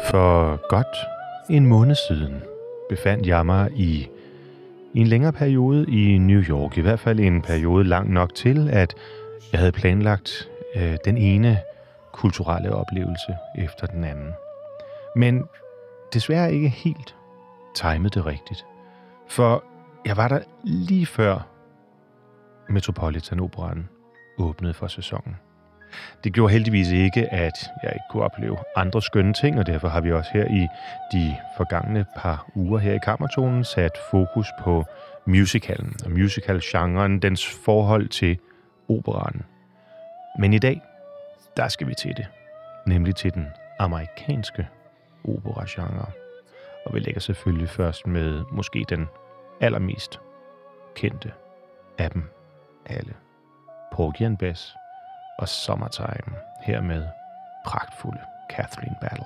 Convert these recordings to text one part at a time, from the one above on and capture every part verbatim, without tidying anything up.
For godt en måned siden befandt jeg mig i, i en længere periode i New York. I hvert fald en periode lang nok til, at jeg havde planlagt øh, den ene kulturelle oplevelse efter den anden. Men desværre ikke helt timet det rigtigt. For jeg var der lige før Metropolitan Operaen åbnede for sæsonen. Det gjorde heldigvis ikke, at jeg ikke kunne opleve andre skønne ting, og derfor har vi også her i de forgangne par uger her i Kammertonen sat fokus på musicalen og musical-genren, dens forhold til operaen. Men i dag, der skal vi til det, nemlig til den amerikanske opera-genre. Og vi lægger selvfølgelig først med måske den allermest kendte af dem alle. Porgy and Bess og Summertime, her med pragtfulde Kathleen Battle.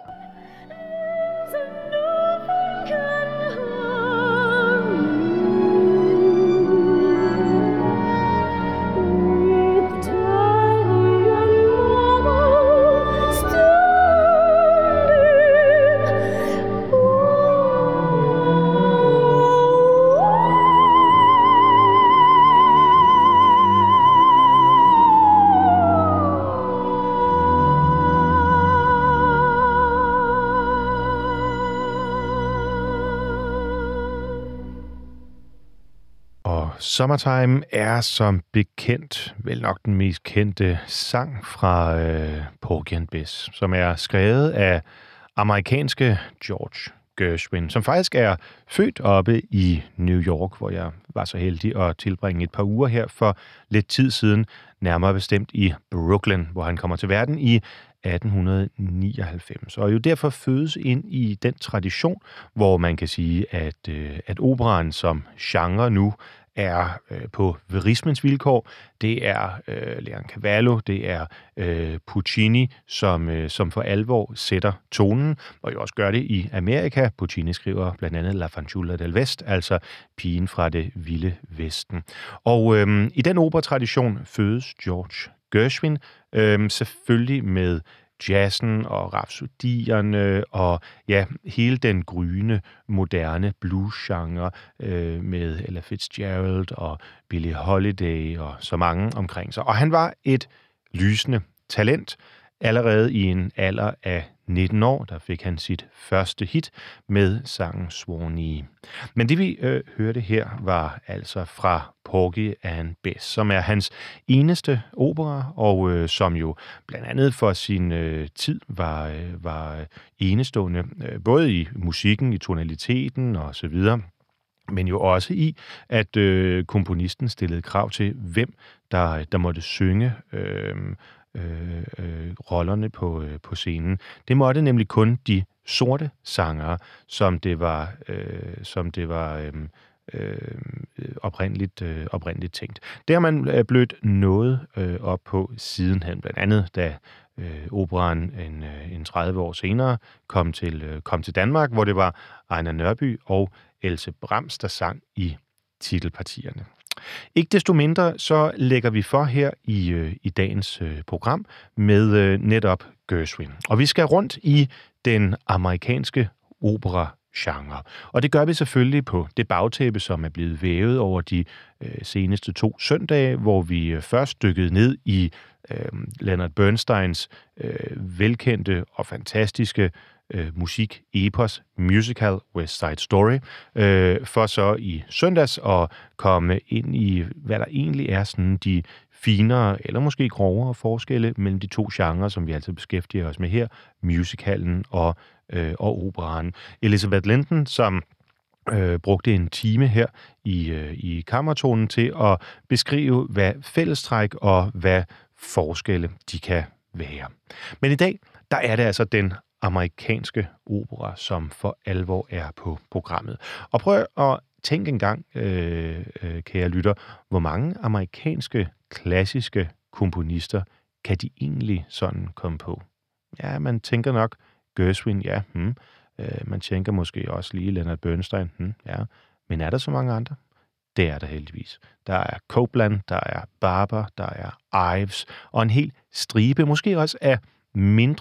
Summertime er som bekendt vel nok den mest kendte sang fra øh, Porgy and Bess, som er skrevet af amerikanske George Gershwin, som faktisk er født oppe i New York, hvor jeg var så heldig at tilbringe et par uger her for lidt tid siden, nærmere bestemt i Brooklyn, hvor han kommer til verden i atten nioghalvfems, og jo derfor fødes ind i den tradition, hvor man kan sige, at, øh, at operaen som genre nu er øh, på verismens vilkår. Det er øh, Leoncavallo, det er øh, Puccini, som, øh, som for alvor sætter tonen, og jo også gør det i Amerika. Puccini skriver blandt andet La Fanciulla del West, altså pigen fra det vilde vesten. Og øh, i den operatradition fødes George Gershwin, øh, selvfølgelig med jazzen og rhapsodierne og ja, hele den gryende, moderne blues-genre øh, med Ella Fitzgerald og Billie Holiday og så mange omkring sig. Og han var et lysende talent. Allerede i en alder af nitten år, der fik han sit første hit med sangen Swanee. Men det vi øh, hørte her var altså fra Porgy and Bess, som er hans eneste opera, og øh, som jo blandt andet for sin øh, tid var, øh, var enestående, øh, både i musikken, i tonaliteten og så videre, men jo også i, at øh, komponisten stillede krav til, hvem der, der måtte synge øh, Øh, øh, rollerne på, øh, på scenen. Det måtte nemlig kun de sorte sangere, som det var, øh, som det var øh, øh, oprindeligt, øh, oprindeligt tænkt. Det har man øh, blødt noget øh, op på sidenhen, blandt andet da øh, operaen en, øh, en tredive år senere kom til, øh, kom til Danmark, hvor det var Ejnar Nørby og Else Brams, der sang i titelpartierne. Ikke desto mindre, så lægger vi for her i, øh, i dagens øh, program med øh, netop Gershwin. Og vi skal rundt i den amerikanske opera-genre. Og det gør vi selvfølgelig på det bagtæppe, som er blevet vævet over de øh, seneste to søndage, hvor vi øh, først dykkede ned i øh, Leonard Bernsteins øh, velkendte og fantastiske øh, musik, epos, musical, West Side Story, øh, for så i søndags at komme ind i, hvad der egentlig er sådan de finere, eller måske grovere forskelle mellem de to genrer, som vi altid beskæftiger os med her, musicalen og, øh, og operaen. Elizabeth Linton, som øh, brugte en time her i, øh, i Kammertonen til at beskrive, hvad fællestræk og hvad forskelle de kan være. Men i dag, der er det altså den amerikanske opera, som for alvor er på programmet. Og prøv at tænke engang, øh, øh, kære lytter, hvor mange amerikanske klassiske komponister kan de egentlig sådan komme på? Ja, man tænker nok Gershwin, ja. Hmm. Øh, man tænker måske også lige Leonard Bernstein, hmm, ja. Men er der så mange andre? Det er der heldigvis. Der er Copland, der er Barber, der er Ives, og en hel stribe, måske også af mindre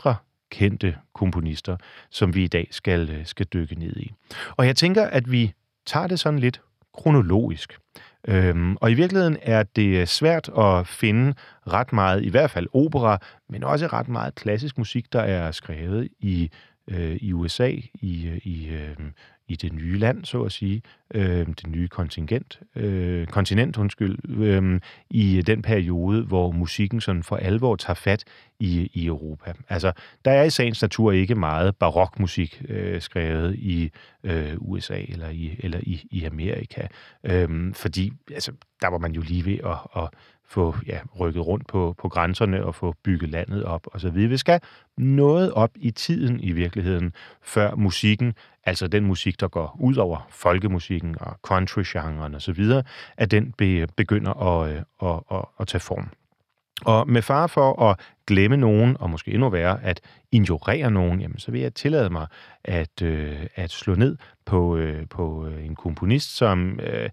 kendte komponister, som vi i dag skal, skal dykke ned i. Og jeg tænker, at vi tager det sådan lidt kronologisk. Øhm, og i virkeligheden er det svært at finde ret meget, i hvert fald opera, men også ret meget klassisk musik, der er skrevet i, øh, i U S A, i, i, øh, i det nye land, så at sige, øh, det nye kontingent, øh, kontinent, undskyld, øh, i den periode, hvor musikken sådan for alvor tager fat i, i Europa. Altså, der er i sagens natur ikke meget barokmusik øh, skrevet i øh, U S A eller i, eller i, i Amerika, øh, fordi altså, der var man jo lige ved at, at få ja, rykket rundt på, på grænserne og få bygget landet op og så videre. Vi skal noget op i tiden i virkeligheden, før musikken, altså den musik, der går ud over folkemusikken og country-genren og så videre, at den be, begynder at, at, at, at tage form. Og med fare for at glemme nogen, og måske endnu værre, at ignorere nogen, jamen, så vil jeg tillade mig at, øh, at slå ned på, øh, på en komponist, som øh,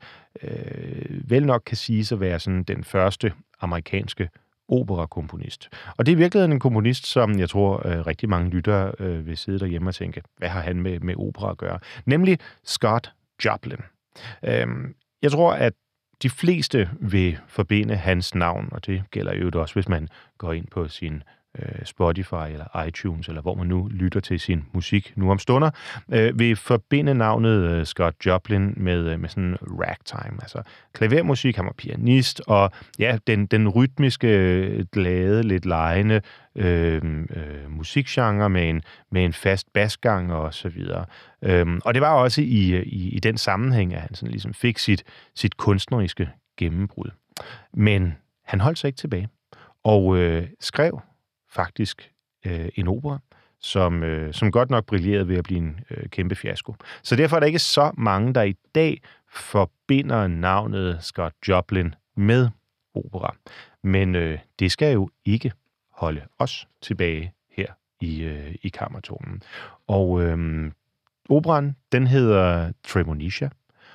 øh, vel nok kan siges at være sådan den første amerikanske operakomponist. Og det er i virkeligheden en komponist, som jeg tror øh, rigtig mange lyttere øh, vil sidde derhjemme og tænke, hvad har han med, med opera at gøre? Nemlig Scott Joplin. Øh, jeg tror, at de fleste vil forbinde hans navn, og det gælder jo også, hvis man går ind på sin øh, Spotify eller iTunes, eller hvor man nu lytter til sin musik nu om stunder, øh, vil forbinde navnet øh, Scott Joplin med, øh, med sådan ragtime, altså klavermusik. Han var pianist, og ja, den, den rytmiske, glade, lidt lejende øh, øh, musikgenre med en, med en fast basgang og så videre. Øhm, og det var også i, i, i den sammenhæng, at han sådan ligesom fik sit, sit kunstneriske gennembrud. Men han holdt sig ikke tilbage, og øh, skrev faktisk øh, en opera, som, øh, som godt nok brillerede ved at blive en øh, kæmpe fiasko. Så derfor er der ikke så mange, der i dag forbinder navnet Scott Joplin med opera. Men øh, det skal jo ikke holde os tilbage her i, øh, i Kammertonen. Og øh, operaen, den hedder Tremonisha,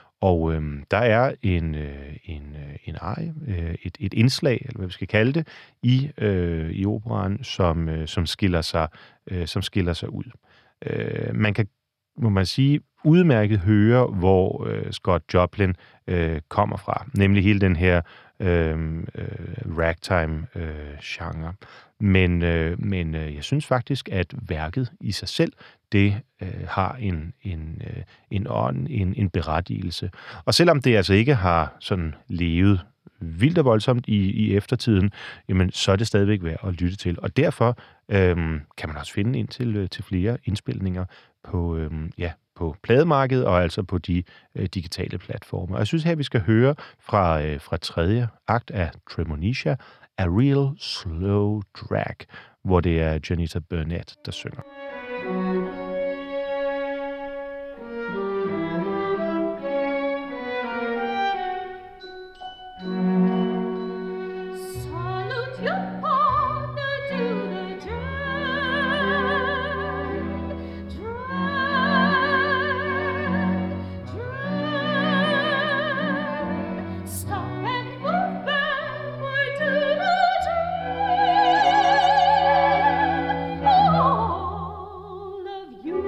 og øh, der er en, øh, en, øh, en arie, øh, et, et indslag, eller hvad vi skal kalde det, i, øh, i operaen, som, øh, som, skiller sig, øh, som skiller sig ud. Øh, man kan, må man sige, udmærket høre, hvor øh, Scott Joplin øh, kommer fra, nemlig hele den her øh, øh, ragtime-genre. Øh, men øh, men øh, jeg synes faktisk, at værket i sig selv, det øh, har en, en, øh, en ånd, en, en berettigelse. Og selvom det altså ikke har sådan levet vildt og voldsomt i, i eftertiden, jamen, så er det stadigvæk værd at lytte til. Og derfor øh, kan man også finde ind til, øh, til flere indspilninger på, øh, ja, på plademarkedet og altså på de øh, digitale platforme. Og jeg synes her, vi skal høre fra, øh, fra tredje akt af Tremonisha, A Real Slow Drag, hvor det er Janita Burnett, der synger. You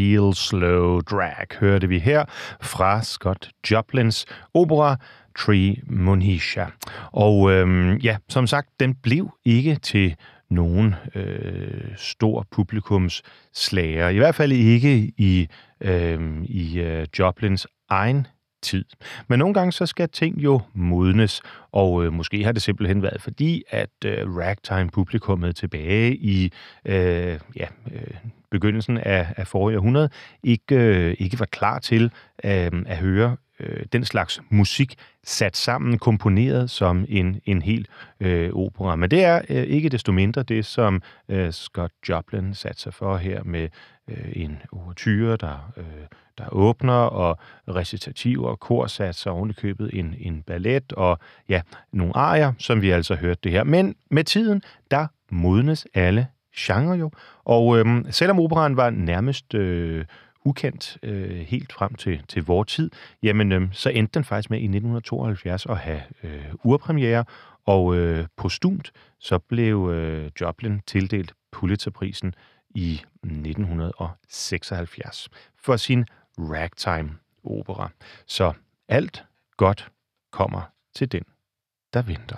Real Slow Drag hørte vi her fra Scott Joplins opera Tremonisha. Og øhm, ja, som sagt, den blev ikke til nogen øh, stor publikums slager. I hvert fald ikke i, øh, i øh, Joplins egen tid. Men nogle gange så skal ting jo modnes, og øh, måske har det simpelthen været fordi, at øh, ragtime-publikummet tilbage i øh, ja, øh, begyndelsen af, af forrige århundrede ikke, øh, ikke var klar til øh, at høre øh, den slags musik sat sammen, komponeret som en, en hel øh, opera. Men det er øh, ikke desto mindre det, som øh, Scott Joplin satte sig for her med øh, en ouverture, der, øh, der åbner, og recitativer og korsatser, oven i købet en, en ballet, og ja, nogle arier, som vi altså hørte det her. Men med tiden, der modnes alle genre jo, og øh, selvom operaen var nærmest øh, ukendt øh, helt frem til, til vor tid, jamen øh, så endte den faktisk med i nitten tooghalvfjerds at have øh, urpremiere, og øh, postumt så blev øh, Joplin tildelt Pulitzerprisen i nitten seksoghalvfjerds for sin ragtime-opera. Så alt godt kommer til den, der venter.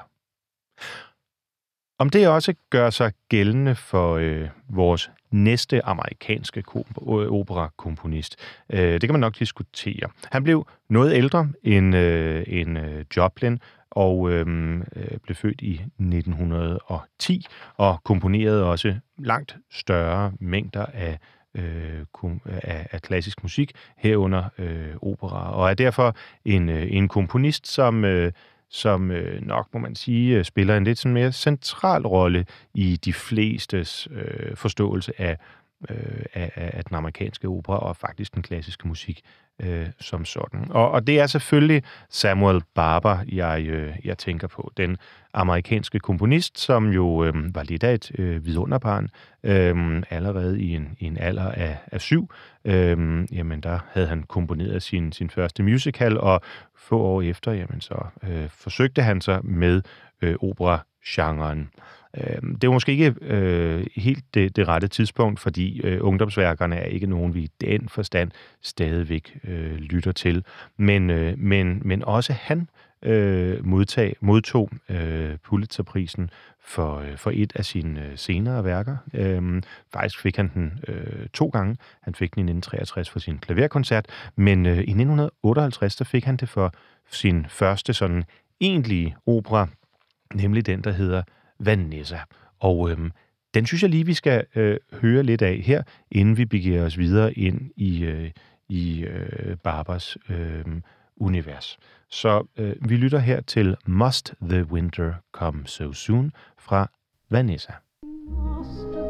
Om det også gør sig gældende for øh, vores næste amerikanske operakomponist, øh, det kan man nok diskutere. Han blev noget ældre end, øh, end øh, Joplin, og øh, blev født i nitten ti, og komponerede også langt større mængder af, øh, af, af klassisk musik, herunder øh, opera, og er derfor en, øh, en komponist, som... Øh, som øh, nok, må man sige, spiller en lidt sådan mere central rolle i de flestes øh, forståelse af, øh, af, af den amerikanske opera og faktisk den klassiske musik øh, som sådan. Og, og det er selvfølgelig Samuel Barber, jeg, øh, jeg tænker på. Den amerikanske komponist, som jo øh, var lidt af et øh, vidunderbarn, øh, allerede i en, i en alder af, af syv. Øh, jamen, der havde han komponeret sin, sin første musical, og få år efter, jamen, så øh, forsøgte han sig med øh, opera-genren. Øh, det var måske ikke øh, helt det, det rette tidspunkt, fordi øh, ungdomsværkerne er ikke nogen, vi i den forstand stadigvæk øh, lytter til. Men, øh, men, men også han øh, modtag, modtog øh, Pulitzerprisen for, øh, for et af sine øh, senere værker. Øh, faktisk fik han den øh, to gange. Han fik den i nitten treogtres for sin klaverkoncert, men øh, i nitten otteoghalvtreds der fik han det for sin første sådan egentlige opera, nemlig den, der hedder Vanessa. Og øhm, den synes jeg lige, vi skal øh, høre lidt af her, inden vi begiver os videre ind i, øh, i øh, Barbers øh, univers. Så øh, vi lytter her til Must the Winter Come So Soon fra Vanessa. Must the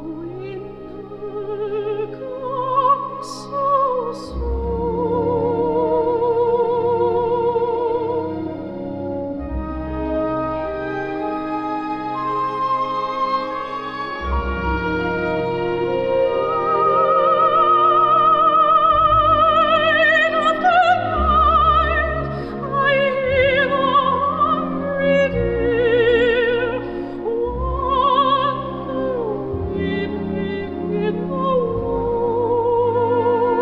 winter come so soon? Oh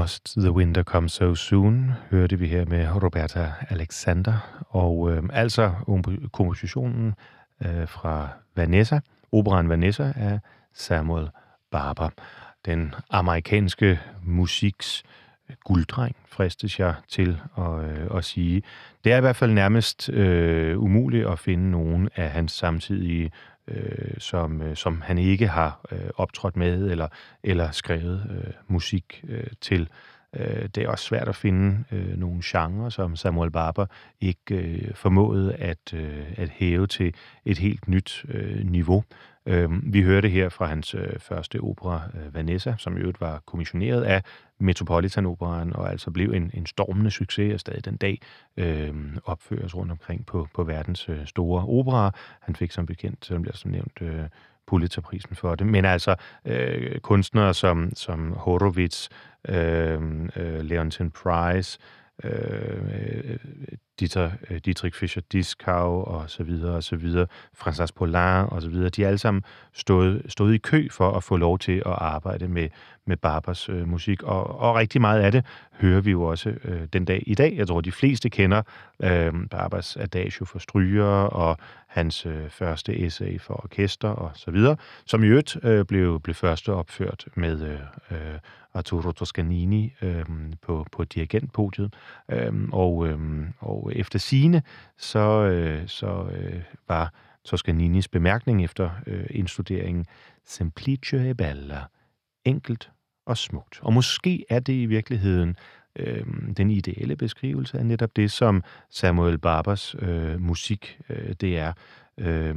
Must the Winter Come So Soon, hørte vi her med Roberta Alexander, og øh, altså kompositionen øh, fra Vanessa, operaen Vanessa af Samuel Barber. Den amerikanske musiks gulddreng, fristes jeg til at, øh, at sige. Det er i hvert fald nærmest øh, umuligt at finde nogen af hans samtidige, øh, som, øh, som han ikke har øh, optrådt med eller, eller skrevet øh, musik øh, til. Øh, det er også svært at finde øh, nogle genrer, som Samuel Barber ikke øh, formåede at, øh, at hæve til et helt nyt øh, niveau. Øh, vi hørte her fra hans øh, første opera, øh, Vanessa, som i øvrigt var kommissioneret af Metropolitan Operaen, og altså blev en, en stormende succes, og stadig den dag øh, opføres rundt omkring på, på verdens øh, store operaer. Han fik som bekendt, som bliver som nævnt, øh, Pulitzerprisen for det. Men altså øh, kunstnere som, som Horowitz, øh, øh, Leontyne Price, øh, Dieter, Dietrich Fischer-Dieskau og så videre og så videre, François Poulenc og så videre, de er alle sammen stået, stået i kø for at få lov til at arbejde med, med Barbers øh, musik, og, og rigtig meget af det hører vi jo også øh, den dag i dag. Jeg tror, de fleste kender øh, Barbers Adagio for strygere og hans øh, første essay for orkester og så videre, som i øvrigt øh, blev, blev første opført med øh, øh, Arturo Toscanini øh, på, på dirigentpodiet, øh, og, øh, og efter sigende, så, øh, så øh, var Toscaninis bemærkning efter øh, indstuderingen Semplice e bella, enkelt og smukt. Og måske er det i virkeligheden øh, den ideelle beskrivelse af netop det, som Samuel Barbers øh, musik øh, det er. Øh,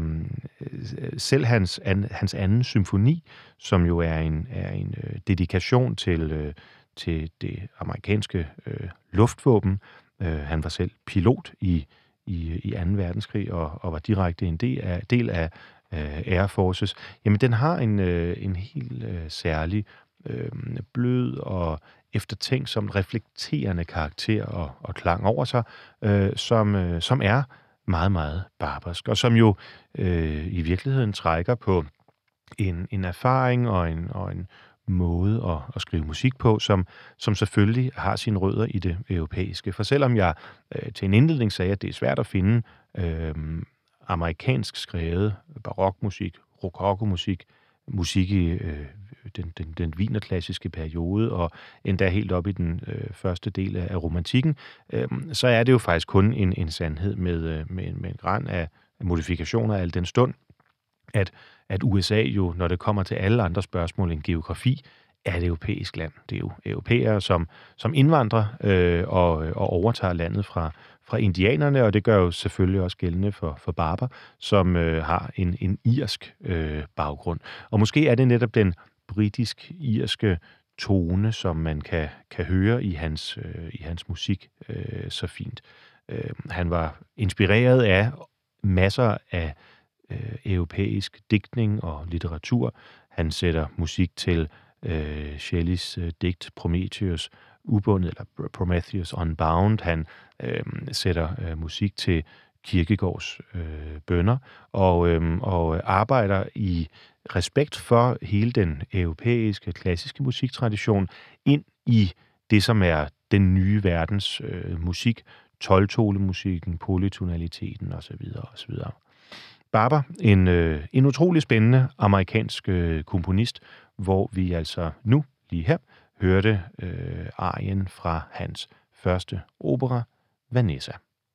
selv hans, an, hans anden symfoni, som jo er en, er en øh, dedikation til, øh, til det amerikanske øh, luftvåben. Øh, han var selv pilot i, i, i anden verdenskrig og, og var direkte en del af, del af øh, Air Forces. Jamen, den har en, øh, en helt øh, særlig øh, blød og eftertænksom, reflekterende karakter og, og klang over sig, øh, som, øh, som er meget, meget barbarsk, og som jo øh, i virkeligheden trækker på en, en erfaring og en, og en måde at, at skrive musik på, som, som selvfølgelig har sine rødder i det europæiske. For selvom jeg øh, til en indledning sagde, at det er svært at finde øh, amerikansk skrevet barokmusik, rokokomusik, musik i øh, den, den, den wienerklassiske periode, og endda helt op i den øh, første del af, af romantikken, øh, så er det jo faktisk kun en, en sandhed med, øh, med, med en gran af modifikationer af al den stund, at, at U S A jo, når det kommer til alle andre spørgsmål end geografi, er et europæisk land. Det er jo europæere, som, som indvandrer øh, og, og overtager landet fra, fra indianerne, og det gør jo selvfølgelig også gældende for, for Barber, som øh, har en, en irsk øh, baggrund. Og måske er det netop den britisk-irske tone, som man kan, kan høre i hans, øh, i hans musik øh, så fint. Øh, han var inspireret af masser af øh, europæisk digtning og litteratur. Han sætter musik til øh, Shelleys øh, digt Prometheus ubundet, eller Prometheus Unbound. Han øh, sætter øh, musik til Kierkegaards øh, bønner, og, øh, og arbejder i respekt for hele den europæiske klassiske musiktradition ind i det, som er den nye verdens øh, musik, tolv-tonemusikken, polytonaliteten osv. osv. Barber, en, øh, en utrolig spændende amerikansk øh, komponist, hvor vi altså nu, lige her, hørte øh, arien fra hans første opera, Vanessa.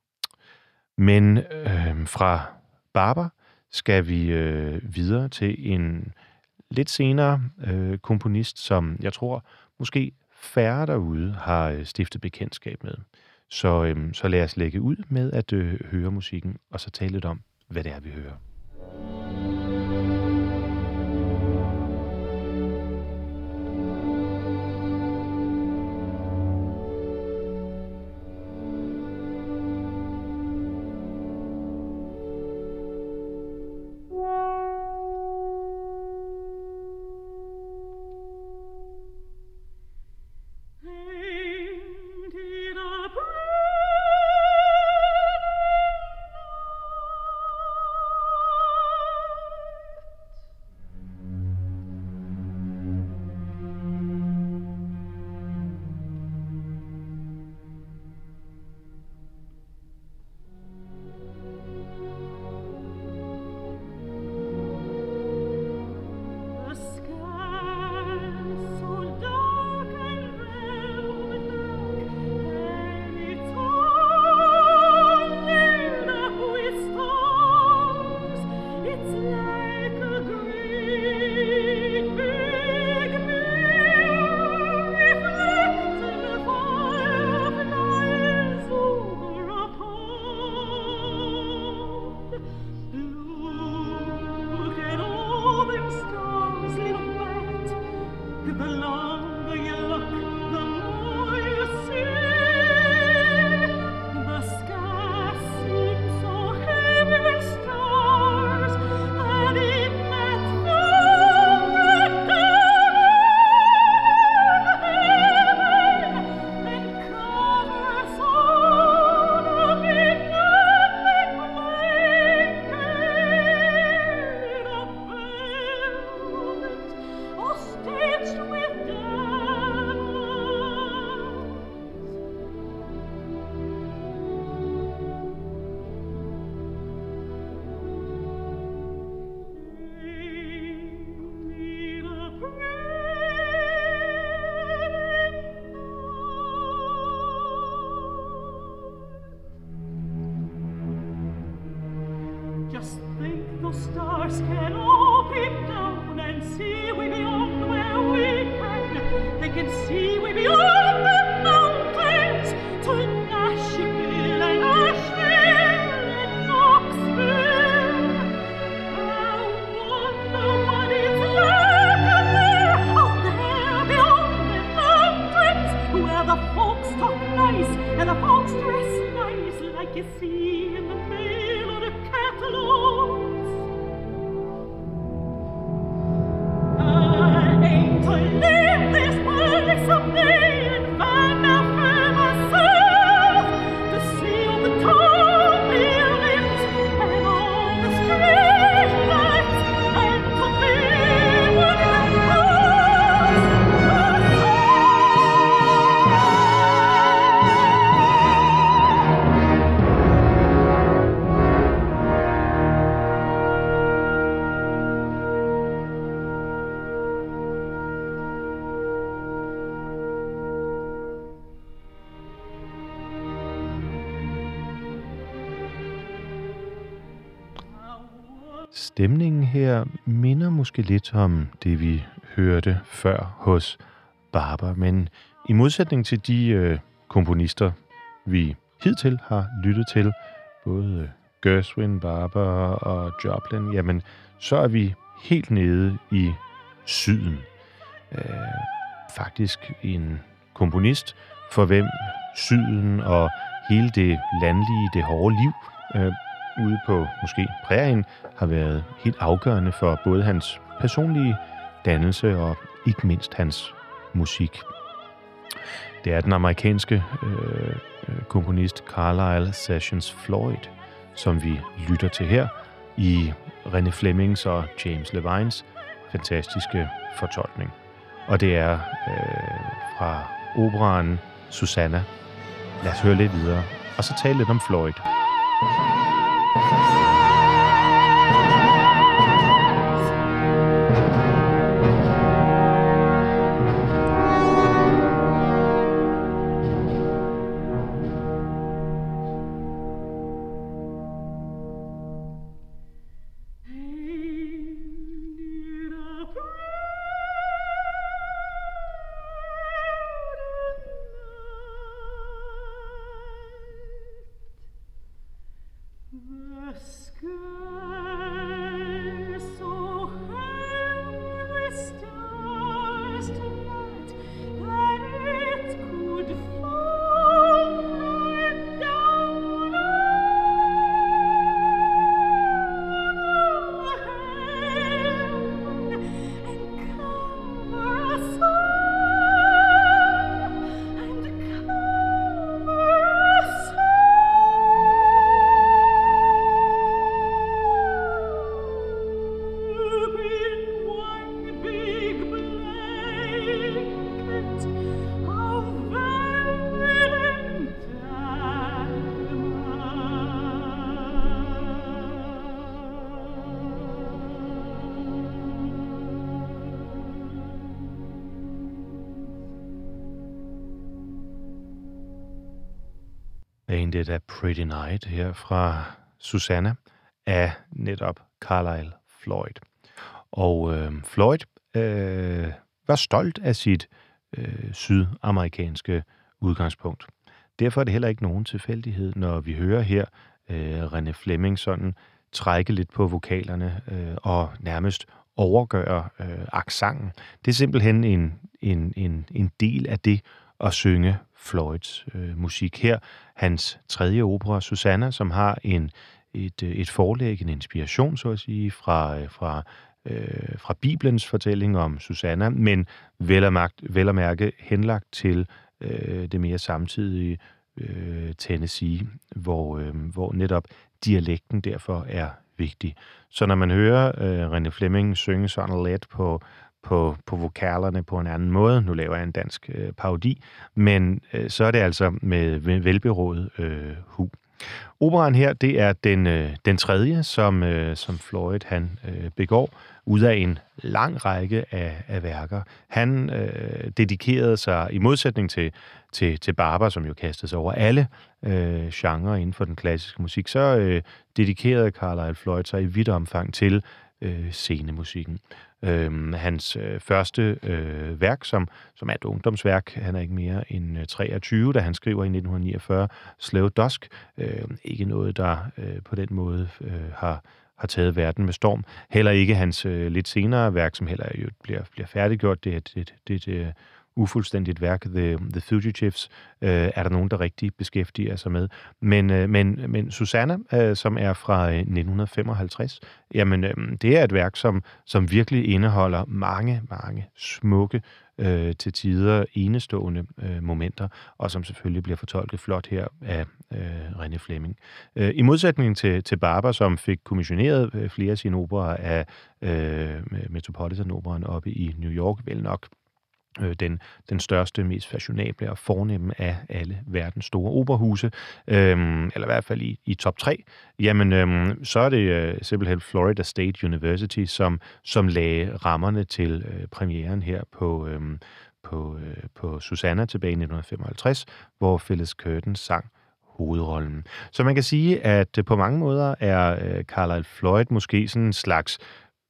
Men øh, fra Barber skal vi øh, videre til en lidt senere øh, komponist, som jeg tror måske færre derude har stiftet bekendtskab med. Så, øh, så lad os lægge ud med at øh, høre musikken, og så tale lidt om, hvad det er, vi hører. the stars can all peep down and see way beyond where we can. They can see way beyond the mountains to Nashville and Asheville and Knoxville. I wonder what is lurking there out there beyond the mountains, where the folks talk nice and the folks dress nice like you see in the mail or the catalogs. I aim to leave this world someday and find out for myself, to see all the tall buildings and all the street lights, and to be with the folks myself. Stemningen her minder måske lidt om det, vi hørte før hos Barber, men i modsætning til de øh, komponister, vi hidtil har lyttet til, både øh, Gershwin, Barber og Joplin, jamen så er vi helt nede i syden. Øh, faktisk en komponist, for hvem syden og hele det landlige, det hårde liv øh, ude på måske prærien har været helt afgørende for både hans personlige dannelse og ikke mindst hans musik. Det er den amerikanske øh, komponist Carlisle Sessions Floyd, som vi lytter til her i René Flemings og James Levines fantastiske fortolkning. Og det er øh, fra operaen Susanna. Lad os høre lidt videre, og så tale lidt om Floyd. Ain't It a Pretty Night her fra Susanna af netop Carlisle Floyd. Og øh, Floyd øh, var stolt af sit øh, sydamerikanske udgangspunkt. Derfor er det heller ikke nogen tilfældighed, når vi hører her øh, René Fleming sådan trække lidt på vokalerne øh, og nærmest overgøre øh, accenten. Det er simpelthen en, en, en, en del af det at synge Floyds øh, musik her. Hans tredje opera, Susanna, som har en, et, et forlæg, en inspiration, så at sige, fra, fra, øh, fra Bibelens fortælling om Susanna, men vel at, mærke, vel at mærke henlagt til øh, det mere samtidige øh, Tennessee, hvor, øh, hvor netop dialekten derfor er vigtig. Så når man hører øh, René Fleming synge sådan let på På, på vokalerne på en anden måde. Nu laver jeg en dansk øh, parodi, men øh, så er det altså med velberådet øh, hu. Operaen her, det er den, øh, den tredje, som, øh, som Floyd han øh, begår, ud af en lang række af, af værker. Han øh, dedikerede sig, i modsætning til, til, til Barber, som jo kastede sig over alle øh, genrer inden for den klassiske musik, så øh, dedikerede Carlisle Floyd sig i vidt omfang til øh, scenemusikken. Øh, hans øh, første øh, værk, som, som er et ungdomsværk, han er ikke mere end øh, treogtyve, da han skriver i nitten niogfyrre, Slow Dusk, øh, ikke noget, der øh, på den måde øh, har har taget verden med storm. Heller ikke hans øh, lidt senere værk, som heller jo bliver, bliver færdiggjort. Det er et, et, et, et ufuldstændigt værk, The, The Fugitives, øh, er der nogen, der rigtig beskæftiger sig med. Men, øh, men, men Susanna, øh, som er fra øh, nitten femoghalvtreds, jamen øh, det er et værk, som, som virkelig indeholder mange, mange smukke, øh, til tider enestående øh, momenter, og som selvfølgelig bliver fortolket flot her af øh, René Fleming. Øh, I modsætning til, til Barber, som fik kommissioneret øh, flere af sine operer af øh, Metropolitan-operaen oppe i New York, vel nok øh, den, den største, mest fashionable og fornemme af alle verdens store operahuse, øh, eller i hvert fald i, i top tre, jamen øh, så er det øh, simpelthen Florida State University, som, som lagde rammerne til øh, premieren her på, øh, på, øh, på Susanna tilbage i nitten femoghalvtreds, hvor Phyllis Curtin sang hovedrollen. Så man kan sige, at på mange måder er øh, Carlisle Floyd måske sådan en slags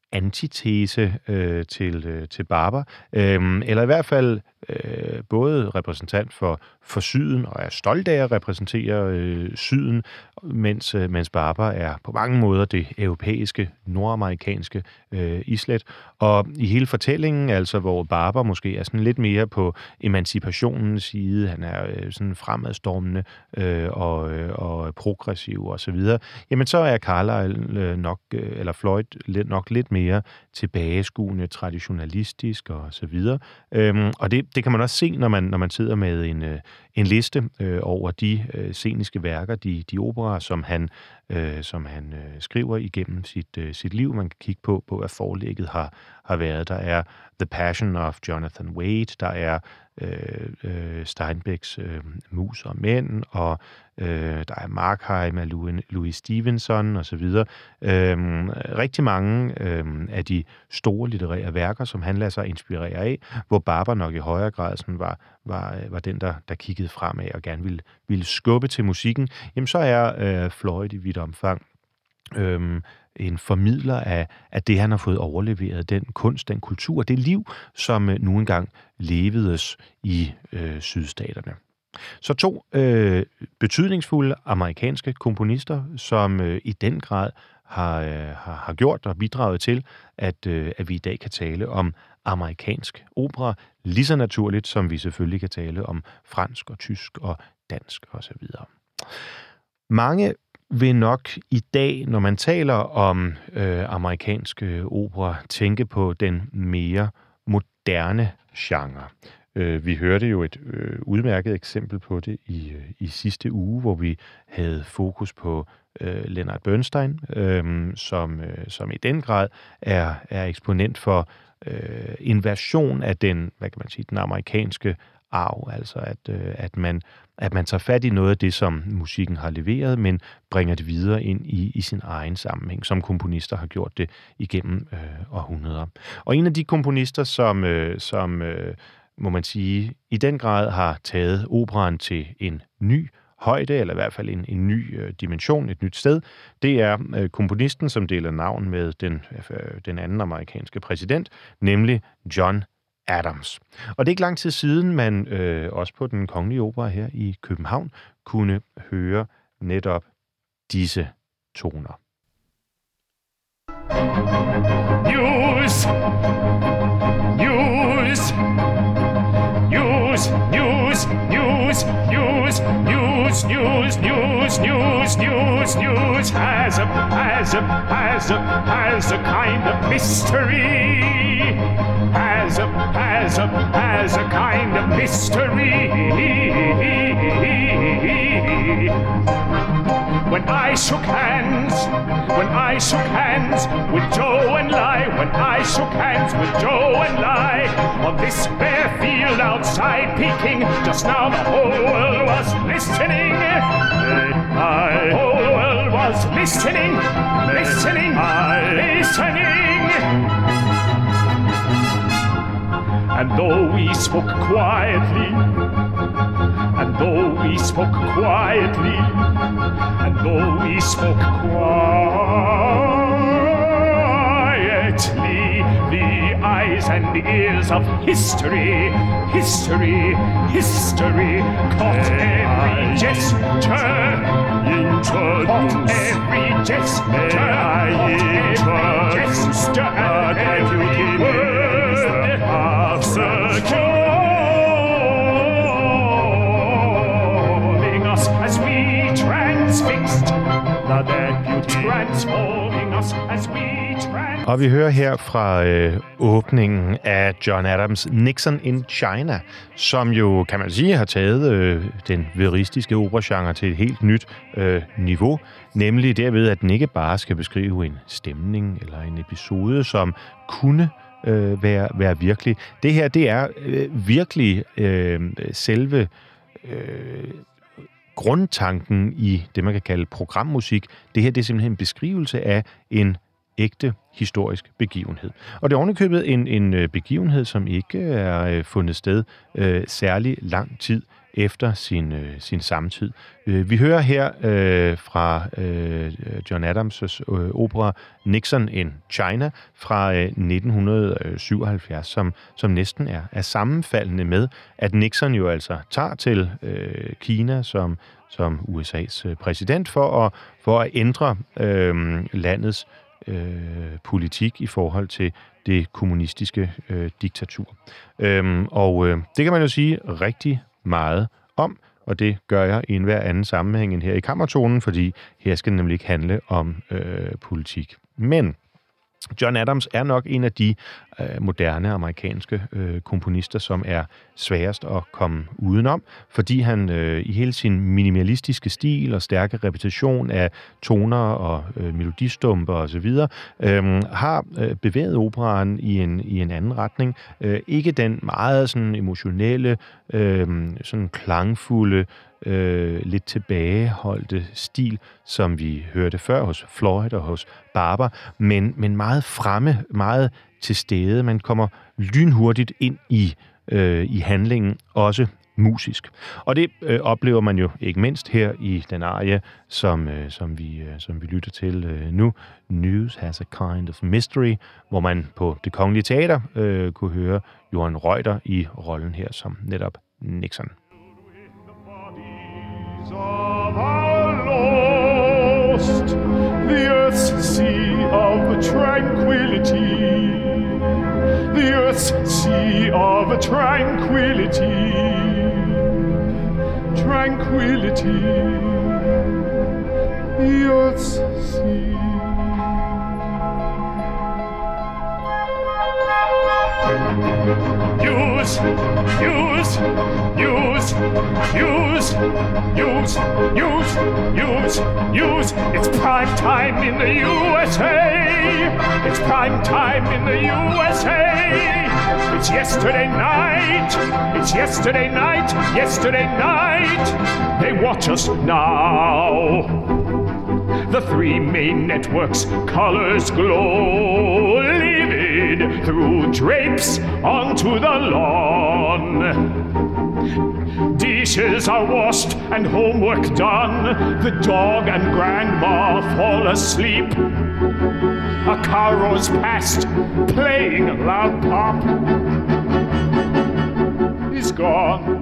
antitese øh, til, øh, til Barber, øh, eller i hvert fald øh, både repræsentant for, for syden, og er stolt af at repræsentere øh, syden, mens, øh, mens Barber er på mange måder det europæiske, nordamerikanske øh, islet. Og i hele fortællingen, altså hvor Barber måske er sådan lidt mere på emancipationens side, han er øh, sådan fremadstormende øh, og, øh, og progressiv og så videre, jamen så er Carlisle øh, nok, øh, eller Floyd lidt, nok lidt mere tilbageskuende, traditionalistisk og så videre. Øhm, og det, det kan man også se, når man, når man sidder med en, øh, en liste øh, over de øh, sceniske værker, de, de operer, som han, øh, som han øh, skriver igennem sit, øh, sit liv. Man kan kigge på, på hvad forlægget har, har været. Der er The Passion of Jonathan Wade, der er øh, øh, Steinbecks øh, Mus og Mænd, og øh, der er Markheim af Louis, Louis Stevenson og så videre. Øh, rigtig mange øh, af de store litterære værker, som han lader sig inspirere af, hvor Barber nok i højere grad sådan var, var, var den, der, der kiggede fremad og gerne ville, ville skubbe til musikken, jamen så er øh, Floyd i vidt omfang øh, en formidler af, af det, han har fået overleveret, den kunst, den kultur, det liv, som øh, nu engang levedes i øh, sydstaterne. Så to øh, betydningsfulde amerikanske komponister, som øh, i den grad har, øh, har, har gjort og bidraget til, at, øh, at vi i dag kan tale om amerikansk opera, lige så naturligt, som vi selvfølgelig kan tale om fransk og tysk og dansk osv. Mange vil nok i dag, når man taler om øh, amerikansk øh, opera, tænke på den mere moderne genre. Øh, vi hørte jo et øh, udmærket eksempel på det i, øh, i sidste uge, hvor vi havde fokus på øh, Leonard Bernstein, øh, som, øh, som i den grad er, er eksponent for øh, en version af den, hvad kan man sige, den amerikanske arv, altså at, øh, at, man, at man tager fat i noget af det, som musikken har leveret, men bringer det videre ind i, i sin egen sammenhæng, som komponister har gjort det igennem øh, århundreder. Og en af de komponister, som, øh, som øh, må man sige, i den grad har taget operaen til en ny højde, eller i hvert fald en, en ny øh, dimension, et nyt sted, det er øh, komponisten, som deler navn med den, øh, den anden amerikanske præsident, nemlig John Adams. Og det er ikke lang tid siden, man øh, også på den Kongelige Opera her i København kunne høre netop disse toner. News! News! News! News! News! News! News! News! News! News! News! News! Has a, has a, has a, has a kind of mystery. Has a, has a, has a kind of mystery. When I shook hands, when I shook hands with Joe and Lai, when I shook hands with Joe and Lai, on this bare field outside Peking, just now the whole world was listening. And I listening, listening, listening. And though we spoke quietly, and though we spoke quietly, and though we spoke quietly, the eyes and ears of history, history, history, caught every gesture, caught every gesture, caught every gesture, and every word of securing us as we transfixed, the deputy transforming us as we. Og vi hører her fra øh, åbningen af John Adams' Nixon in China, som jo, kan man sige, har taget øh, den veristiske operagenre til et helt nyt øh, niveau, nemlig derved, at den ikke bare skal beskrive en stemning eller en episode, som kunne øh, være, være virkelig. Det her, det er øh, virkelig øh, selve øh, grundtanken i det, man kan kalde programmusik. Det her, det er simpelthen en beskrivelse af en ægte historisk begivenhed. Og det er ovenikøbet en, en begivenhed, som ikke er fundet sted øh, særlig lang tid efter sin, øh, sin samtid. Øh, vi hører her øh, fra øh, John Adams' øh, opera Nixon in China fra øh, nitten syvoghalvfjerds, som, som næsten er, er sammenfaldende med, at Nixon jo altså tager til øh, Kina som, som U S A's præsident for at, for at ændre øh, landets Øh, politik i forhold til det kommunistiske øh, diktatur. Øhm, og øh, det kan man jo sige rigtig meget om, og det gør jeg i enhver anden sammenhæng end her i Kammertonen, fordi her skal det nemlig ikke handle om øh, politik. Men John Adams er nok en af de øh, moderne amerikanske øh, komponister, som er sværest at komme udenom, fordi han øh, i hele sin minimalistiske stil og stærke repetition af toner og øh, melodistumper osv. Øh, har øh, bevæget operaen i en, i en anden retning. Øh, ikke den meget sådan emotionelle, øh, sådan klangfulde, Øh, lidt tilbageholdte stil, som vi hørte før hos Floyd og hos Barber, men, men meget fremme, meget til stede. Man kommer lynhurtigt ind i, øh, i handlingen, også musisk. Og det øh, oplever man jo ikke mindst her i den arie, som, øh, som, vi, øh, som vi lytter til øh, nu. News has a kind of mystery, hvor man på Det Kongelige Teater øh, kunne høre Johan Reuter i rollen her som netop Nixon. Of our lost, the earth's sea of tranquility, the earth's sea of tranquility, tranquility, the earth's sea. News, news, news, news, news, news, news, news. It's prime time in the U S A. It's prime time in the U S A. It's yesterday night. It's yesterday night. Yesterday night. They watch us now. The three main networks' colors glow, livid through drapes onto the lawn. Dishes are washed and homework done. The dog and grandma fall asleep. A car rolls past, playing loud pop. He's gone.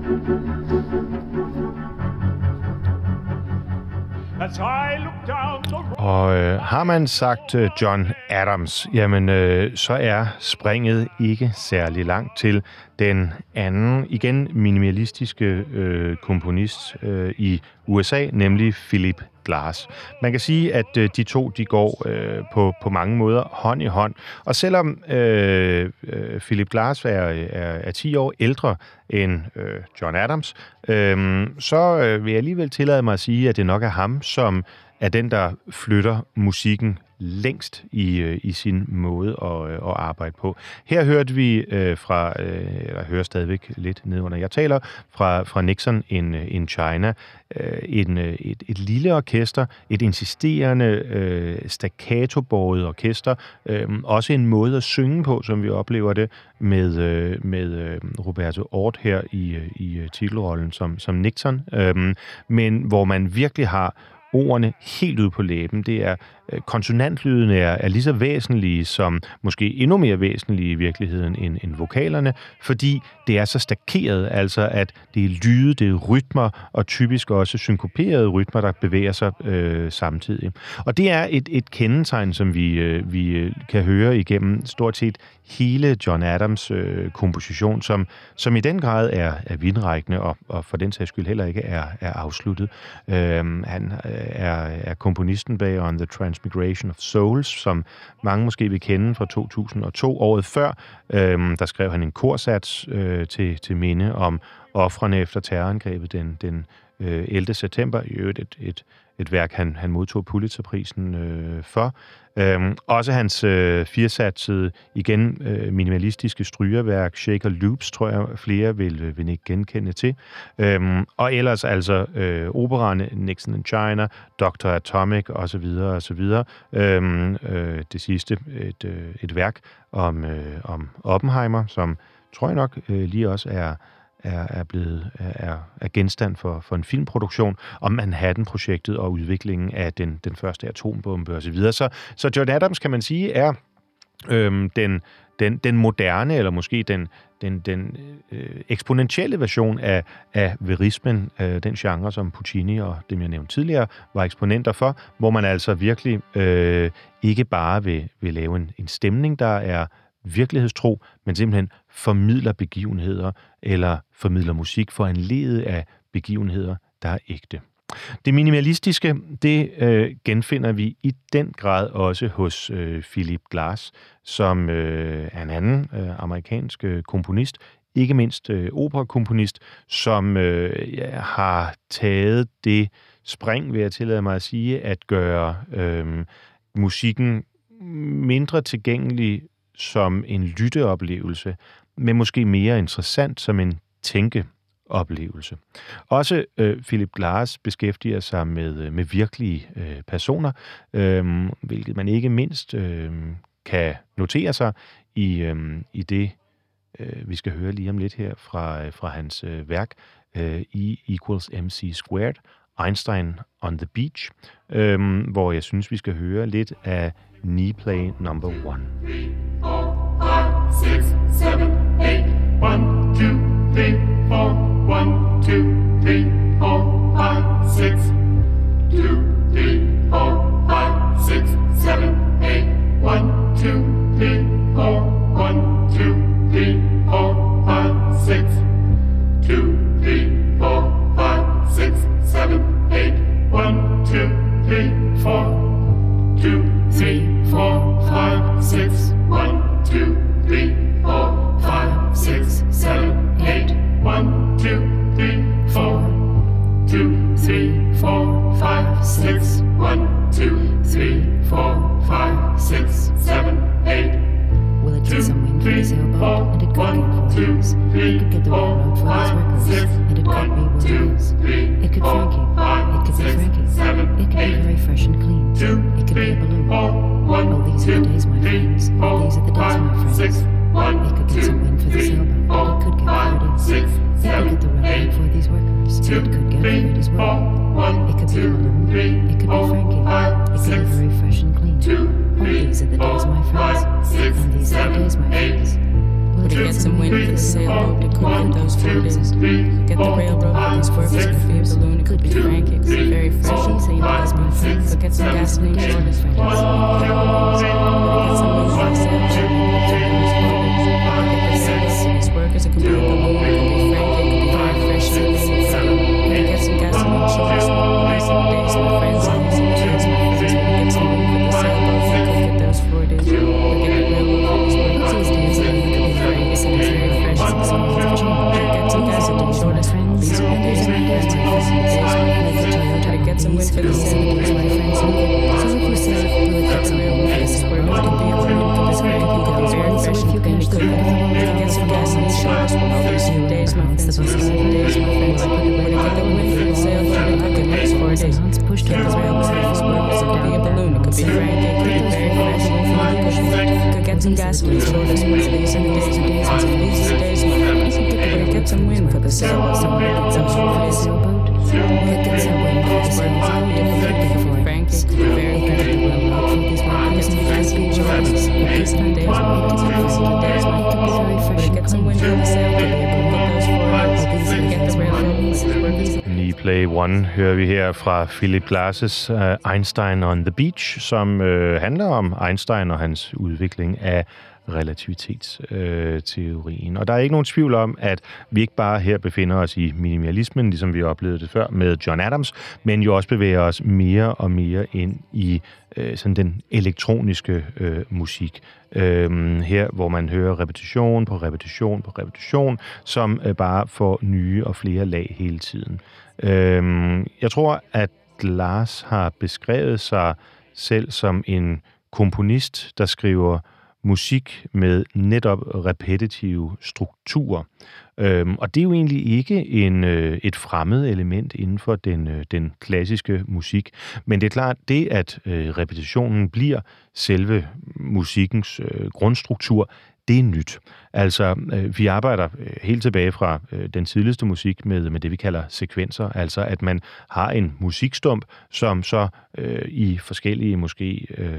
Og øh, har man sagt øh, John Adams, jamen øh, så er springet ikke særlig langt til den anden, igen minimalistiske øh, komponist øh, i U S A, nemlig Philip Glass. Man kan sige, at øh, de to de går øh, på, på mange måder hånd i hånd. Og selvom øh, øh, Philip Glass er, er, er ti år ældre end øh, John Adams, øh, så øh, vil jeg alligevel tillade mig at sige, at det nok er ham, som er den, der flytter musikken længst i, i sin måde at, at arbejde på. Her hørte vi øh, fra, øh, jeg hører stadigvæk lidt nedenunder, jeg taler fra, fra Nixon in, in China, øh, en, et, et lille orkester, et insisterende øh, staccato-båret orkester, øh, også en måde at synge på, som vi oplever det med, øh, med øh, Roberto Ort her i, i titelrollen som, som Nixon, øh, men hvor man virkelig har ordene helt ude på læben. Det er konsonantlydene er, er lige så væsentlige som, måske endnu mere væsentlige i virkeligheden end, end vokalerne, fordi det er så stakeret, altså at det er lyde, det er rytmer, og typisk også synkoperede rytmer, der bevæger sig øh, samtidig. Og det er et, et kendetegn, som vi, øh, vi kan høre igennem stort set hele John Adams øh, komposition, som, som i den grad er, er vindrækkende, og, og for den sags skyld heller ikke er, er afsluttet. Øh, han er, er komponisten bag On the Transmigration of Souls, som mange måske vil kende fra to tusind og to. Året før, øh, der skrev han en korsats øh, til, til minde om ofrene efter terrorangrebet den, den øh, ellevte september. I øvrigt et, et, et værk, han, han modtog Pulitzerprisen øh, for. Øhm, også hans øh, firesatsede, igen øh, minimalistiske strygerværk, Shaker Loops, tror jeg flere vil, vil ikke genkende til. Øhm, og ellers altså øh, opererne Nixon in China, doktor Atomic osv. osv. Øhm, øh, det sidste, et, øh, et værk om, øh, om Oppenheimer, som tror jeg nok øh, lige også er er, er blevet er, er genstand for, for en filmproduktion om Manhattan-projektet og udviklingen af den, den første atombombe osv. Så, så, så John Adams, kan man sige, er øhm, den, den, den moderne, eller måske den, den, den øh, eksponentielle version af, af verismen, øh, den genre, som Puccini og dem, jeg nævnte tidligere, var eksponenter for, hvor man altså virkelig øh, ikke bare vil, vil lave en, en stemning, der er virkelighedstro, men simpelthen formidler begivenheder, eller formidler musik for en led af begivenheder, der er ægte. Det minimalistiske, det øh, genfinder vi i den grad også hos øh, Philip Glass, som øh, er en anden øh, amerikansk øh, komponist, ikke mindst øh, operakomponist, som øh, ja, har taget det spring, vil jeg tillade mig at sige, at gøre øh, musikken mindre tilgængelig som en lytteoplevelse, men måske mere interessant som en tænkeoplevelse. Også øh, Philip Glass beskæftiger sig med, med virkelige øh, personer, øh, hvilket man ikke mindst øh, kan notere sig i, øh, i det, øh, vi skal høre lige om lidt her fra, fra hans øh, værk, øh, E equals M C squared, Einstein on the Beach, øh, hvor jeg synes, vi skal høre lidt af Knee Play number one. three, four, five, six, seven, eight. One, two, three, four. One, two, three, four, five, six. Two, three, four, five, six, seven, eight. One, two, three, four. One, two, three, four, five, six. Two, three, four, five, six, seven, eight. One, two, three, four. Two, three, four, five, six. One, two, three, four, five, six, seven, eight. One, two, three, four. Two, three, four, five, six. One, two, three, four, five, six, seven, eight. Will it take some wind for the sailboat, and it could get four days. It could get the railroad for these workers, and it could be what it is. It could Frankie, it could be Frankie. It could be very fresh and clean. It could be a balloon. Oh, these are the days, my friends. These are the days, my friends. It could get some wind for the sailboat, and it could get four days. It could get the railroad for these workers, and it could get freight as well. It could be a balloon. It could be Frankie. It could be very fresh and clean. Oh, these are the days, my friends. And these are the days, my friends. Would it get some wind for the sailboat? It could get those four days. Get the railroad for these workers. It could be a balloon. It could be Frankie. It could be very fresh and clean. It could be friends. Could get some gasoline short as friends. Would it get some wind for the sailboat? It could get the service for these workers. It could be a balloon. It could be Frankie. It could be very fresh and clean. It could get some gasoline short as friends. These are the days, my friends. And these are the days, my friends. Would it get some wind for the sailboat? It could get those four days. It could get the railroad for these workers. These days, it could be Frankie. It's very fresh and clean. It could get some gasoline short as friends. These are the days, my friends. These are the days, my friends. Would it get some wind for the sailboat? My friends. days. Pushed Get up this his rail rail surface workers. It could be a balloon, it could be frank, it could be very fresh. Could get some gasoline, short as well. These are the days, and days, and these are the days. Could get some wind for the sailboat. Some short sailboat. Could get some wind for the sailboat. It could be frank, it could be very It could be well out for these workers and these people. These are the days, It could be these are the days. very fresh Could and get some clean. wind for the sail, could be a balloon that goes forward. Could get the railroad. Knee Play One hører vi her fra Philip Glass' uh, Einstein on the Beach, som uh, handler om Einstein og hans udvikling af relativitetsteorien. Øh, og der er ikke nogen tvivl om, at vi ikke bare her befinder os i minimalismen, ligesom vi oplevede det før med John Adams, men jo også bevæger os mere og mere ind i øh, sådan den elektroniske øh, musik. Øh, her, hvor man hører repetition på repetition på repetition, som øh, bare får nye og flere lag hele tiden. Øh, jeg tror, at Glass har beskrevet sig selv som en komponist, der skriver musik med netop repetitive strukturer. Øhm, og det er jo egentlig ikke en, øh, et fremmed element inden for den, øh, den klassiske musik. Men det er klart, det at øh, repetitionen bliver selve musikkens øh, grundstruktur, det er nyt. Altså, øh, vi arbejder øh, helt tilbage fra øh, den tidligste musik med, med det, vi kalder sekvenser. Altså, at man har en musikstump, som så øh, i forskellige måske øh,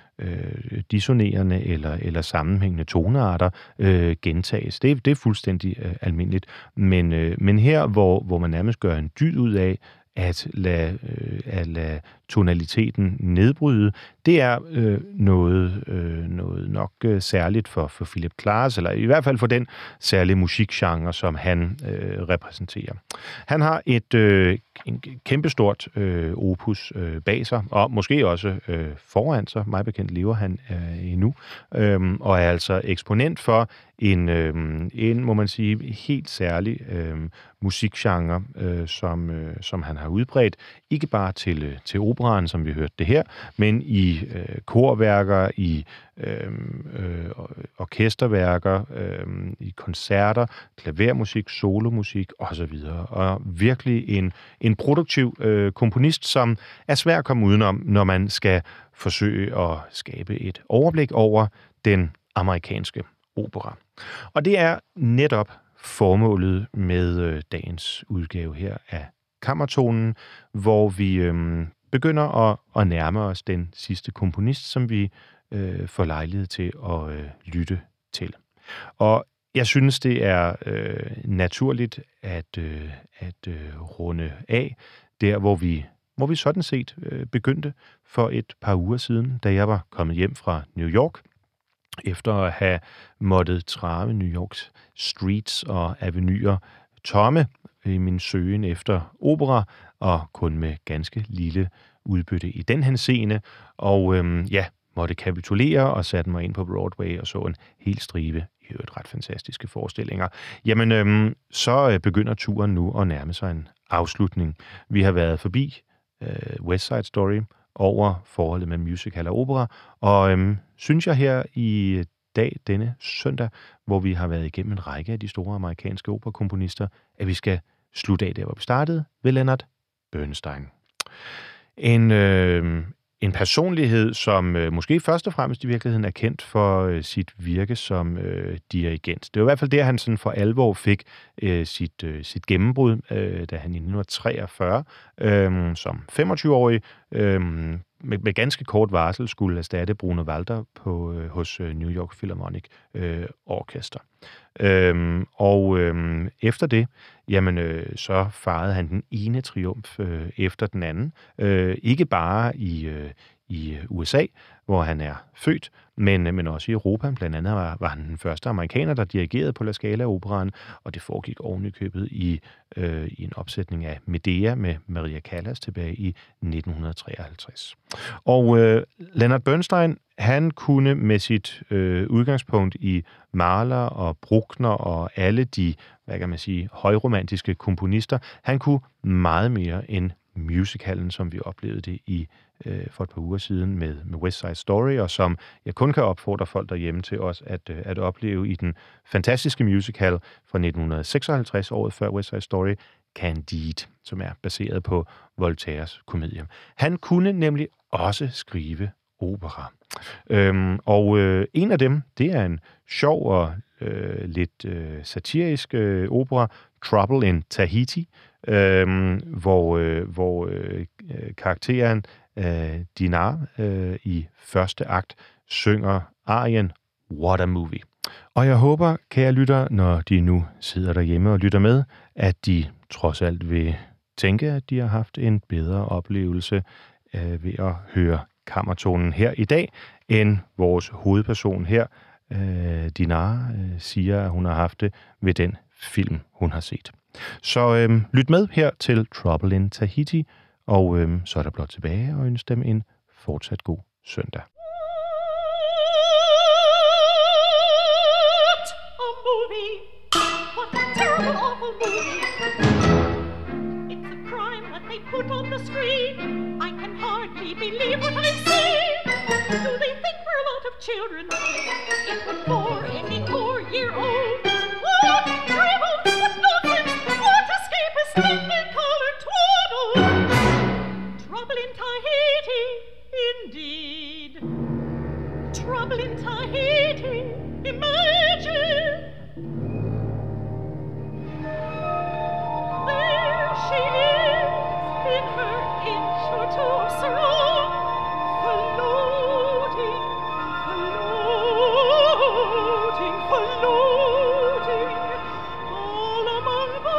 øh, dissonerende eller, eller sammenhængende tonearter øh, gentages. Det, det er fuldstændig øh, almindeligt. Men, øh, men her, hvor, hvor man nærmest gør en dyd ud af, at lade, øh, at lade tonaliteten nedbryde, det er øh, noget, øh, noget nok øh, særligt for, for Philip Glass, eller i hvert fald for den særlige musikgenre, som han øh, repræsenterer. Han har et øh, en kæmpestort øh, opus øh, bag sig, og måske også øh, foran sig. Mig bekendt lever han øh, endnu, øh, og er altså eksponent for en, øh, en, må man sige, helt særlig øh, musikgenre, øh, som, øh, som han har udbredt, ikke bare til, øh, til operaen, som vi hørte det her, men i øh, korværker, i øh, øh, orkesterværker, øh, i koncerter, klavermusik, solomusik osv. Og virkelig en, en produktiv øh, komponist, som er svær at komme udenom, når man skal forsøge at skabe et overblik over den amerikanske opera. Og det er netop formålet med øh, dagens udgave her af Kammertonen, hvor vi øh, begynder at, at nærme os den sidste komponist, som vi øh, får lejlighed til at øh, lytte til. Og jeg synes, det er øh, naturligt at, øh, at øh, runde af der, hvor vi, hvor vi sådan set øh, begyndte for et par uger siden, da jeg var kommet hjem fra New York, efter at have måttet trave New Yorks streets og avenuer tomme i min søgen efter opera, og kun med ganske lille udbytte i den henseende, og øhm, ja, måtte kapitulere og satte mig ind på Broadway og så en hel stribe i øvrigt ret fantastiske forestillinger. Jamen, øhm, så begynder turen nu at nærme sig en afslutning. Vi har været forbi øh, West Side Story, over forholdet med musical og opera, og øhm, synes jeg her i dag, denne søndag, hvor vi har været igennem en række af de store amerikanske operakomponister, at vi skal slutte af der, hvor vi startede, ved Leonard Bernstein. En, øh, en personlighed, som øh, måske først og fremmest i virkeligheden er kendt for øh, sit virke som øh, dirigent. Det var i hvert fald der, han sådan for alvor fik øh, sit, øh, sit gennembrud, øh, da han i nitten treogfyrre øh, som femogtyve-årig øh, med, med ganske kort varsel skulle erstatte Bruno Walter på, øh, hos øh, New York Philharmonic øh, Orchestra. Øhm, og øhm, efter det, jamen, øh, så farede han den ene triumf øh, efter den anden. Øh, ikke bare i, øh, i U S A, hvor han er født, men, men også i Europa. Blandt andet var, var han den første amerikaner, der dirigerede på La Scala-operaen, og det foregik oven i købet i, øh, i en opsætning af Medea med Maria Callas tilbage i nitten treoghalvtreds. Og øh, Leonard Bernstein, han kunne med sit øh, udgangspunkt i Mahler og Bruckner og alle de, hvad kan man sige, højromantiske komponister, han kunne meget mere end musicalen, som vi oplevede det i øh, for et par uger siden med, med West Side Story, og som jeg kun kan opfordre folk derhjemme til os at, øh, at opleve i den fantastiske musical fra nitten seksoghalvtreds, året før West Side Story, Candide, som er baseret på Voltaires komedie. Han kunne nemlig også skrive opera. Øhm, og øh, en af dem, det er en sjov og øh, lidt øh, satirisk øh, opera, Trouble in Tahiti, øh, hvor, øh, hvor øh, karakteren øh, Dinar øh, i første akt synger arien What a Movie. Og jeg håber, kære lytter, når de nu sidder derhjemme og lytter med, at de trods alt vil tænke, at de har haft en bedre oplevelse øh, ved at høre kammertonen her i dag, end vores hovedperson her, øh, Dinar, øh, siger, at hun har haft det ved den film, hun har set. Så øh, lyt med her til Trouble in Tahiti, og øh, så er der blot tilbage og ønske dem en fortsat god søndag. Put on the screen, I can hardly believe what I see. Do they think we're a lot of children? It would bore any four-year-old. What drivel, what nonsense, what escapist, technicolor twaddle. Trouble in Tahiti, indeed. Trouble in Tahiti, imagine. There she is. In her inch or two of sorrow, floating, floating, floating, all among the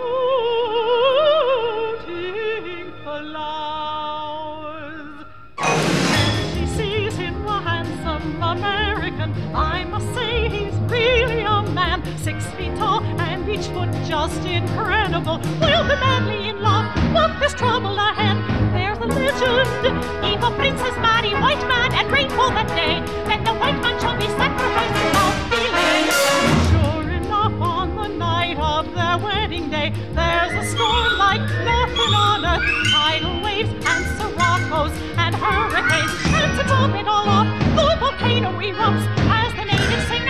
floating flowers. And she sees him, the handsome American. I must say he's really a man, six feet tall and each foot just incredible. We'll be madly in love. But there's trouble ahead, there's a legend. If a princess marry white man and rainbow that day, then the white man shall be sacrificed without delay. Sure enough, on the night of their wedding day, there's a storm like nothing on earth. Tidal waves and sirocco's and hurricanes, and to top it all off, the volcano erupts as the natives sing.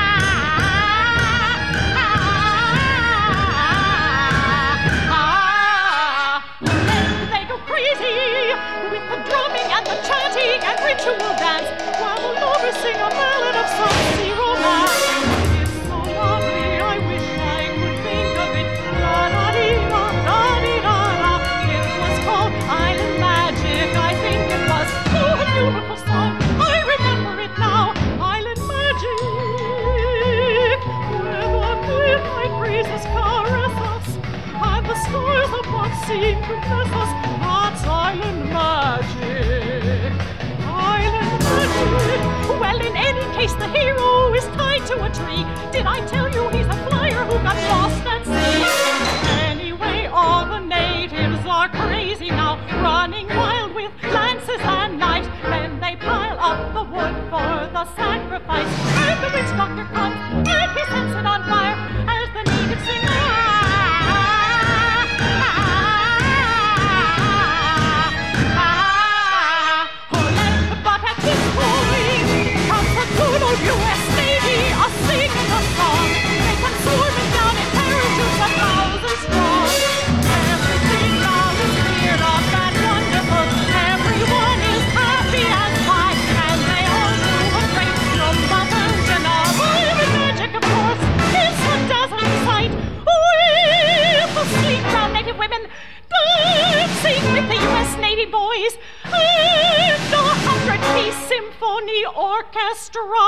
And ritual dance, while the lovers sing a ballad of some sea romance. It's so lovely, I wish I could think of it. La-da-dee-da, da-dee-da-da. It was called Island Magic, I think it was. Oh, a beautiful song, I remember it now. Island Magic, where the moonlight breezes caress us, and the stars above seem to bless us. That's Island Magic. Well, in any case, the hero is tied to a tree. Did I tell you he's a flyer who got lost at sea? Anyway, all the natives are crazy now, running wild with lances and knives. Then they pile up the wood for the sacrifice, and the witch doctor comes and he sets it on fire as the natives sing. U S Navy are singing a song. They come swarming down in parachutes a thousand strong. Everything now is cleared up and wonderful. Everyone is happy and fine, and they all do a great lumberjack. Island Magic, of course, it's a dazzling sight. With the sleek brown native women dancing with the U S Navy boys. And a hundred-piece symphony orchestra.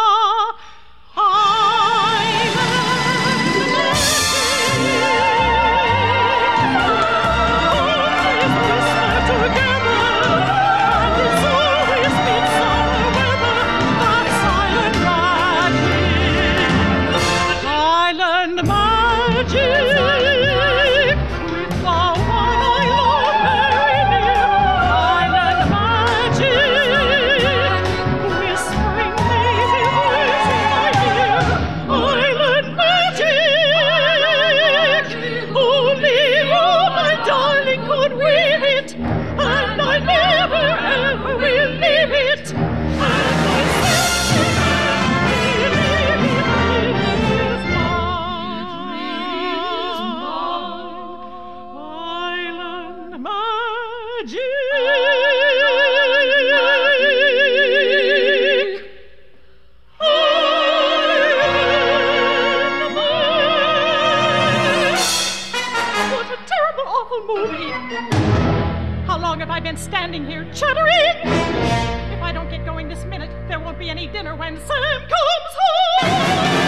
Island How long have I been standing here chuttering? If I don't get going this minute, there won't be any dinner when Sam comes home.